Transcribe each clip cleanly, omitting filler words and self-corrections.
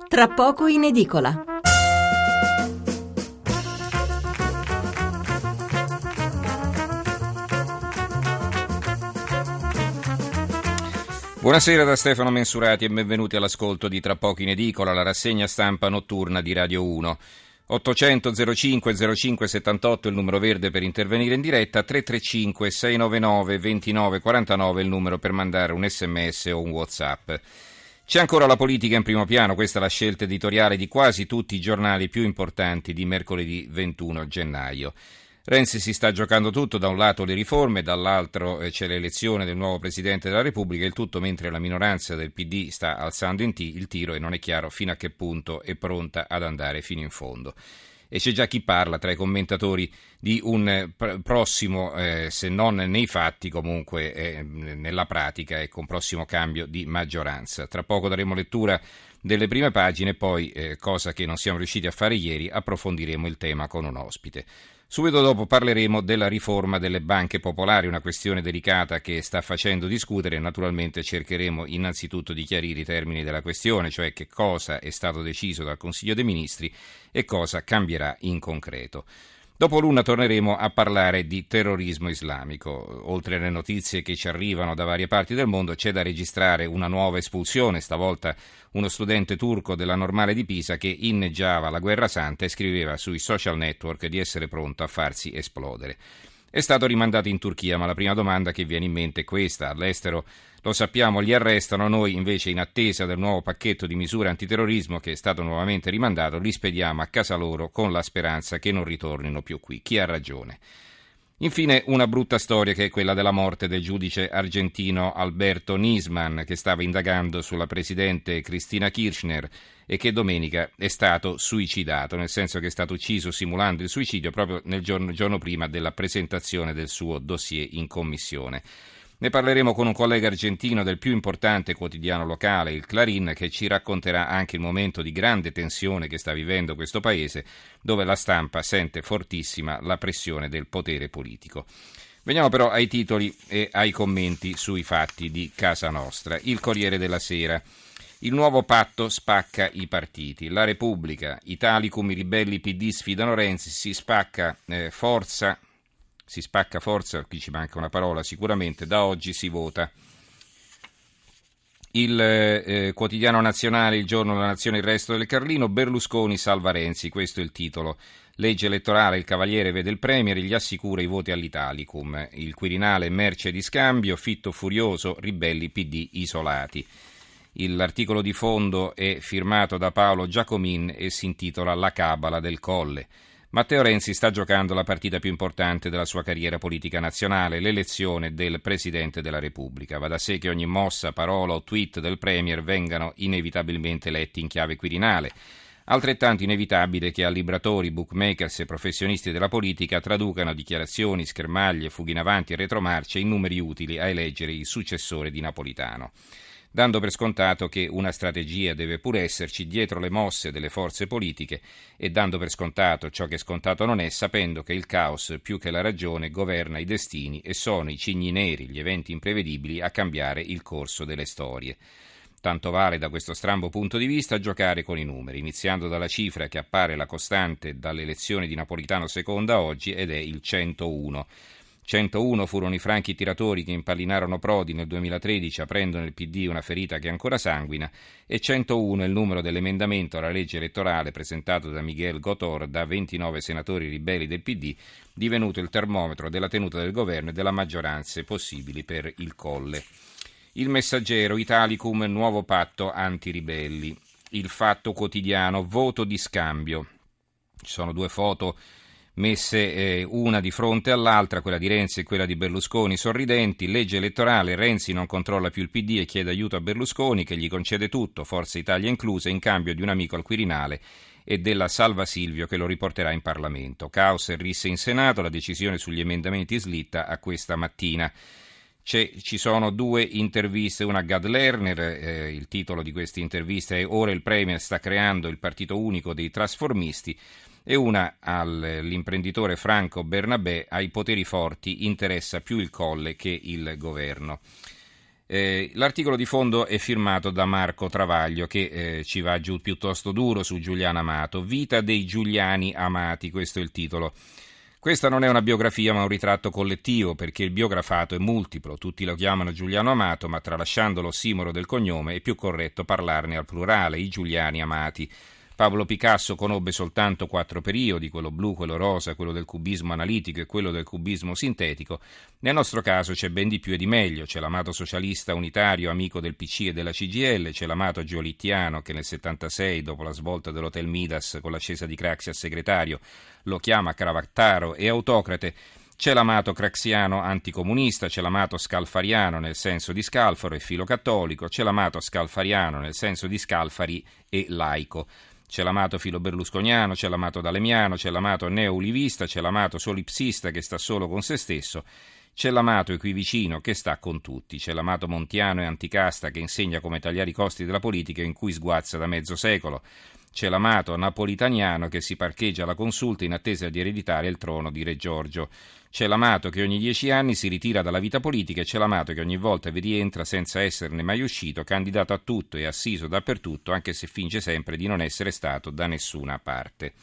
Tra poco in edicola. Buonasera da Stefano Mensurati e benvenuti all'ascolto di Tra poco in edicola, la rassegna stampa notturna di Radio 1. 800 05 05 78 il numero verde per intervenire in diretta, 335 699 29 49 il numero per mandare un sms o un WhatsApp. C'è ancora la politica in primo piano, questa è la scelta editoriale di quasi tutti i giornali più importanti di mercoledì 21 gennaio. Renzi si sta giocando tutto, da un lato le riforme, dall'altro c'è l'elezione del nuovo Presidente della Repubblica, il tutto mentre la minoranza del PD sta alzando il tiro e non è chiaro fino a che punto è pronta ad andare fino in fondo. E c'è già chi parla tra i commentatori di un prossimo, se non nei fatti, comunque nella pratica, ecco, un prossimo cambio di maggioranza. Tra poco daremo lettura delle prime pagine e poi, cosa che non siamo riusciti a fare ieri, approfondiremo il tema con un ospite. Subito dopo parleremo della riforma delle banche popolari, una questione delicata che sta facendo discutere e naturalmente cercheremo innanzitutto di chiarire i termini della questione, cioè che cosa è stato deciso dal Consiglio dei Ministri e cosa cambierà in concreto. Dopo l'una torneremo a parlare di terrorismo islamico. Oltre alle notizie che ci arrivano da varie parti del mondo, c'è da registrare una nuova espulsione, stavolta uno studente turco della Normale di Pisa che inneggiava la guerra santa e scriveva sui social network di essere pronto a farsi esplodere. È stato rimandato in Turchia, ma la prima domanda che viene in mente è questa. All'estero, lo sappiamo, li arrestano, noi invece in attesa del nuovo pacchetto di misure antiterrorismo che è stato nuovamente rimandato, li spediamo a casa loro con la speranza che non ritornino più qui. Chi ha ragione? Infine una brutta storia che è quella della morte del giudice argentino Alberto Nisman, che stava indagando sulla presidente Cristina Kirchner e che domenica è stato suicidato, nel senso che è stato ucciso simulando il suicidio proprio nel giorno prima della presentazione del suo dossier in commissione. Ne parleremo con un collega argentino del più importante quotidiano locale, il Clarín, che ci racconterà anche il momento di grande tensione che sta vivendo questo paese, dove la stampa sente fortissima la pressione del potere politico. Veniamo però ai titoli e ai commenti sui fatti di casa nostra. Il Corriere della Sera. Il nuovo patto spacca i partiti. La Repubblica, Italicum, i ribelli PD sfidano Renzi, si spacca forza, qui ci manca una parola sicuramente, da oggi si vota. Il quotidiano nazionale, Il Giorno della Nazione, Il Resto del Carlino, Berlusconi salva Renzi, questo è il titolo. Legge elettorale, il Cavaliere vede il Premier, gli assicura i voti all'Italicum. Il Quirinale, merce di scambio, Fitto furioso, ribelli PD isolati. L'articolo di fondo è firmato da Paolo Giacomin e si intitola La cabala del Colle. Matteo Renzi sta giocando la partita più importante della sua carriera politica nazionale, l'elezione del Presidente della Repubblica. Va da sé che ogni mossa, parola o tweet del Premier vengano inevitabilmente letti in chiave quirinale. Altrettanto inevitabile che allibratori, bookmakers e professionisti della politica traducano dichiarazioni, schermaglie, fughe in avanti e retromarce in numeri utili a eleggere il successore di Napolitano, dando per scontato che una strategia deve pure esserci dietro le mosse delle forze politiche e dando per scontato ciò che scontato non è, sapendo che il caos più che la ragione governa i destini e sono i cigni neri, gli eventi imprevedibili a cambiare il corso delle storie. Tanto vale da questo strambo punto di vista giocare con i numeri, iniziando dalla cifra che appare la costante dalle elezioni di Napolitano II a oggi ed è il 101. 101 furono i franchi tiratori che impallinarono Prodi nel 2013 aprendo nel PD una ferita che ancora sanguina e 101 è il numero dell'emendamento alla legge elettorale presentato da Miguel Gotor da 29 senatori ribelli del PD, divenuto il termometro della tenuta del governo e della maggioranze possibili per il Colle. Il Messaggero, Italicum, nuovo patto antiribelli. Il Fatto Quotidiano, voto di scambio. Ci sono due foto messe una di fronte all'altra, quella di Renzi e quella di Berlusconi, sorridenti. Legge elettorale, Renzi non controlla più il PD e chiede aiuto a Berlusconi che gli concede tutto, Forza Italia inclusa, in cambio di un amico al Quirinale e della Salva Silvio che lo riporterà in Parlamento. Caos e risse in Senato, la decisione sugli emendamenti slitta a questa mattina. Ci sono due interviste, una a Gad Lerner, il titolo di questa intervista è Ora il Premier sta creando il partito unico dei trasformisti, e una all'imprenditore Franco Bernabé, ai poteri forti interessa più il Colle che il governo. L'articolo di fondo è firmato da Marco Travaglio che ci va giù piuttosto duro su Giuliano Amato. Vita dei Giuliani Amati, questo è il titolo. Questa non è una biografia ma un ritratto collettivo, perché il biografato è multiplo, tutti lo chiamano Giuliano Amato, ma tralasciando l'ossimoro del cognome è più corretto parlarne al plurale, i Giuliani Amati. Pablo Picasso conobbe soltanto 4 periodi, quello blu, quello rosa, quello del cubismo analitico e quello del cubismo sintetico. Nel nostro caso c'è ben di più e di meglio, c'è l'Amato socialista unitario, amico del PC e della CGIL, c'è l'Amato giolittiano che nel 76, dopo la svolta dell'Hotel Midas con l'ascesa di Craxi a segretario, lo chiama cravattaro e autocrate. C'è l'Amato craxiano anticomunista, c'è l'Amato scalfariano nel senso di Scalfaro e filocattolico, c'è l'Amato scalfariano nel senso di Scalfari e laico. C'è l'Amato filoberlusconiano, c'è l'Amato dalemiano, c'è l'Amato neoulivista, c'è l'Amato solipsista che sta solo con se stesso, c'è l'Amato equivicino che sta con tutti, c'è l'Amato montiano e anticasta che insegna come tagliare i costi della politica in cui sguazza da mezzo secolo, c'è l'Amato napolitaniano che si parcheggia alla consulta in attesa di ereditare il trono di Re Giorgio. C'è l'Amato che ogni 10 anni si ritira dalla vita politica e c'è l'Amato che ogni volta vi rientra senza esserne mai uscito, candidato a tutto e assiso dappertutto, anche se finge sempre di non essere stato da nessuna parte.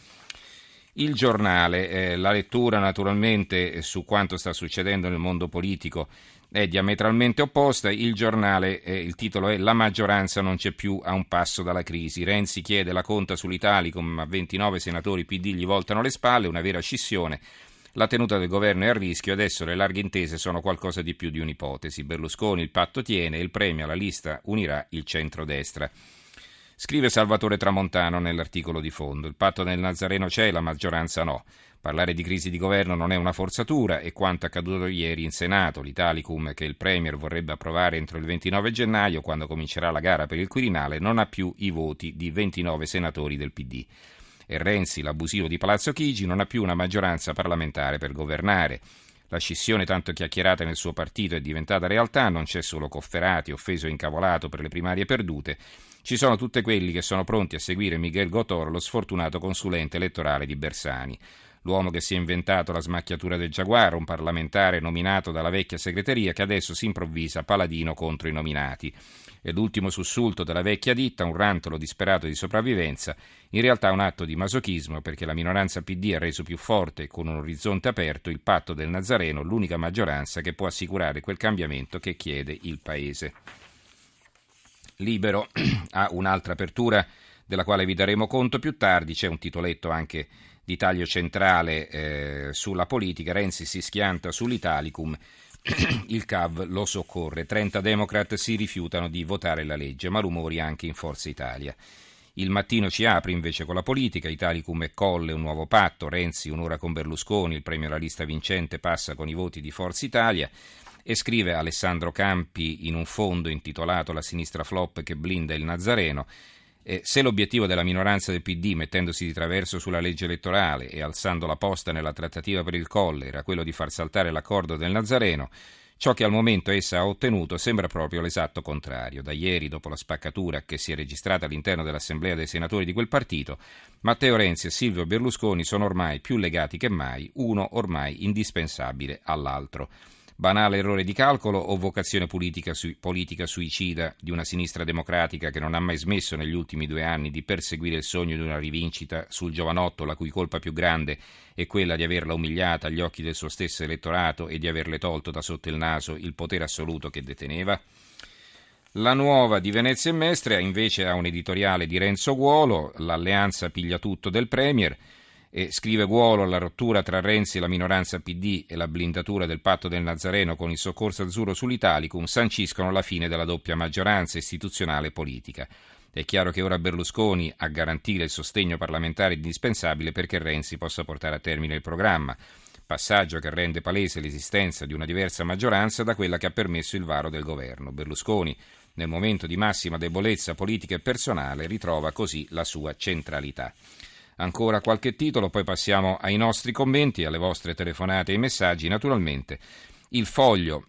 Il giornale, la lettura naturalmente su quanto sta succedendo nel mondo politico è diametralmente opposta. Il giornale, il titolo è "La maggioranza non c'è più a un passo dalla crisi. Renzi chiede la conta sull'Italicum, ma 29 senatori PD gli voltano le spalle, una vera scissione. La tenuta del governo è a rischio, adesso le larghe intese sono qualcosa di più di un'ipotesi. Berlusconi il patto tiene e il premio alla lista unirà il centrodestra". Scrive Salvatore Tramontano nell'articolo di fondo: il patto del Nazareno c'è, la maggioranza no. Parlare di crisi di governo non è una forzatura e quanto accaduto ieri in Senato, l'Italicum che il Premier vorrebbe approvare entro il 29 gennaio, quando comincerà la gara per il Quirinale, non ha più i voti di 29 senatori del PD. E Renzi, l'abusivo di Palazzo Chigi, non ha più una maggioranza parlamentare per governare. La scissione tanto chiacchierata nel suo partito è diventata realtà, non c'è solo Cofferati, offeso e incavolato per le primarie perdute, ci sono tutti quelli che sono pronti a seguire Miguel Gotor, lo sfortunato consulente elettorale di Bersani. L'uomo che si è inventato la smacchiatura del giaguaro, un parlamentare nominato dalla vecchia segreteria che adesso si improvvisa paladino contro i nominati. E l'ultimo sussulto della vecchia ditta, un rantolo disperato di sopravvivenza, in realtà un atto di masochismo perché la minoranza PD ha reso più forte, con un orizzonte aperto, il patto del Nazareno, l'unica maggioranza che può assicurare quel cambiamento che chiede il Paese. Libero ha un'altra apertura della quale vi daremo conto più tardi, c'è un titoletto anche di taglio centrale sulla politica. Renzi si schianta sull'Italicum, il CAV lo soccorre, 30 Democrat si rifiutano di votare la legge, malumori anche in Forza Italia. Il Mattino ci apre invece con la politica, Italicum e Colle, un nuovo patto, Renzi un'ora con Berlusconi, il premio alla lista vincente passa con i voti di Forza Italia. E scrive Alessandro Campi in un fondo intitolato "La sinistra flop che blinda il Nazareno". Se l'obiettivo della minoranza del PD, mettendosi di traverso sulla legge elettorale e alzando la posta nella trattativa per il Colle, era quello di far saltare l'accordo del Nazareno, ciò che al momento essa ha ottenuto sembra proprio l'esatto contrario. Da ieri, dopo la spaccatura che si è registrata all'interno dell'Assemblea dei senatori di quel partito, Matteo Renzi e Silvio Berlusconi sono ormai più legati che mai, uno ormai indispensabile all'altro. Banale errore di calcolo o vocazione politica suicida di una sinistra democratica che non ha mai smesso negli ultimi 2 anni di perseguire il sogno di una rivincita sul giovanotto, la cui colpa più grande è quella di averla umiliata agli occhi del suo stesso elettorato e di averle tolto da sotto il naso il potere assoluto che deteneva? La Nuova di Venezia e Mestre invece ha un editoriale di Renzo Guolo, l'alleanza piglia tutto del Premier. E scrive Guolo: la rottura tra Renzi e la minoranza PD e la blindatura del patto del Nazareno con il soccorso azzurro sull'Italicum sanciscono la fine della doppia maggioranza istituzionale e politica. È chiaro che ora Berlusconi a garantire il sostegno parlamentare indispensabile perché Renzi possa portare a termine il programma, passaggio che rende palese l'esistenza di una diversa maggioranza da quella che ha permesso il varo del governo. Berlusconi, nel momento di massima debolezza politica e personale, ritrova così la sua centralità. Ancora qualche titolo, poi passiamo ai nostri commenti, alle vostre telefonate e ai messaggi. Naturalmente, Il Foglio,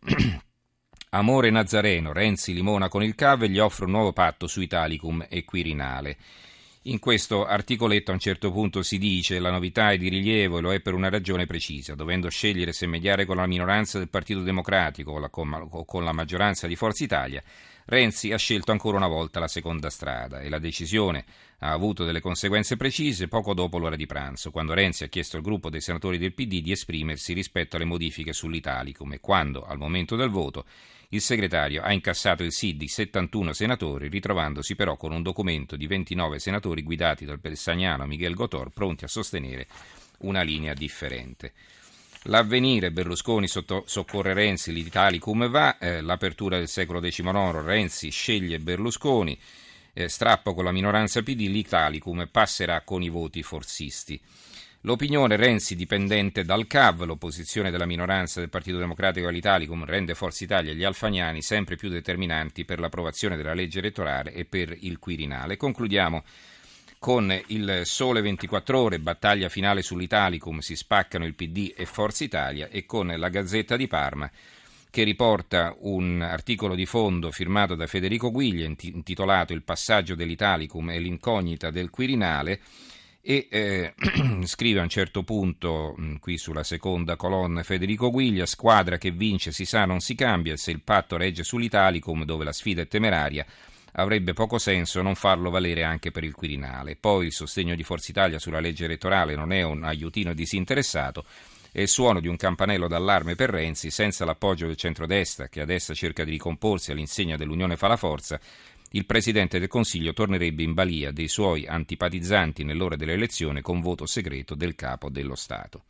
amore Nazareno, Renzi limona con il CAV e gli offre un nuovo patto su Italicum e Quirinale. In questo articoletto a un certo punto si dice: la novità è di rilievo e lo è per una ragione precisa. Dovendo scegliere se mediare con la minoranza del Partito Democratico o con la maggioranza di Forza Italia, Renzi ha scelto ancora una volta la seconda strada e la decisione ha avuto delle conseguenze precise poco dopo l'ora di pranzo, quando Renzi ha chiesto al gruppo dei senatori del PD di esprimersi rispetto alle modifiche sull'Italicum e quando, al momento del voto, il segretario ha incassato il sì di 71 senatori, ritrovandosi però con un documento di 29 senatori guidati dal bersagnano Miguel Gotor, pronti a sostenere una linea differente. L'Avvenire, Berlusconi soccorre Renzi, l'Italicum va, l'apertura del secolo XIX, Renzi sceglie Berlusconi, strappo con la minoranza PD, l'Italicum passerà con i voti forzisti. L'opinione Renzi dipendente dal CAV, l'opposizione della minoranza del Partito Democratico all'Italicum rende Forza Italia e gli alfagnani sempre più determinanti per l'approvazione della legge elettorale e per il Quirinale. Concludiamo con il Sole 24 Ore, battaglia finale sull'Italicum, si spaccano il PD e Forza Italia, e con la Gazzetta di Parma che riporta un articolo di fondo firmato da Federico Guiglia intitolato Il passaggio dell'Italicum e l'incognita del Quirinale, e scrive a un certo punto, qui sulla seconda colonna, Federico Guiglia: squadra che vince si sa non si cambia, se il patto regge sull'Italicum, dove la sfida è temeraria, avrebbe poco senso non farlo valere anche per il Quirinale. Poi il sostegno di Forza Italia sulla legge elettorale non è un aiutino disinteressato, è il suono di un campanello d'allarme per Renzi. Senza l'appoggio del centrodestra, che adesso cerca di ricomporsi all'insegna dell'Unione fa la forza, il Presidente del Consiglio tornerebbe in balia dei suoi antipatizzanti nell'ora dell'elezione con voto segreto del Capo dello Stato.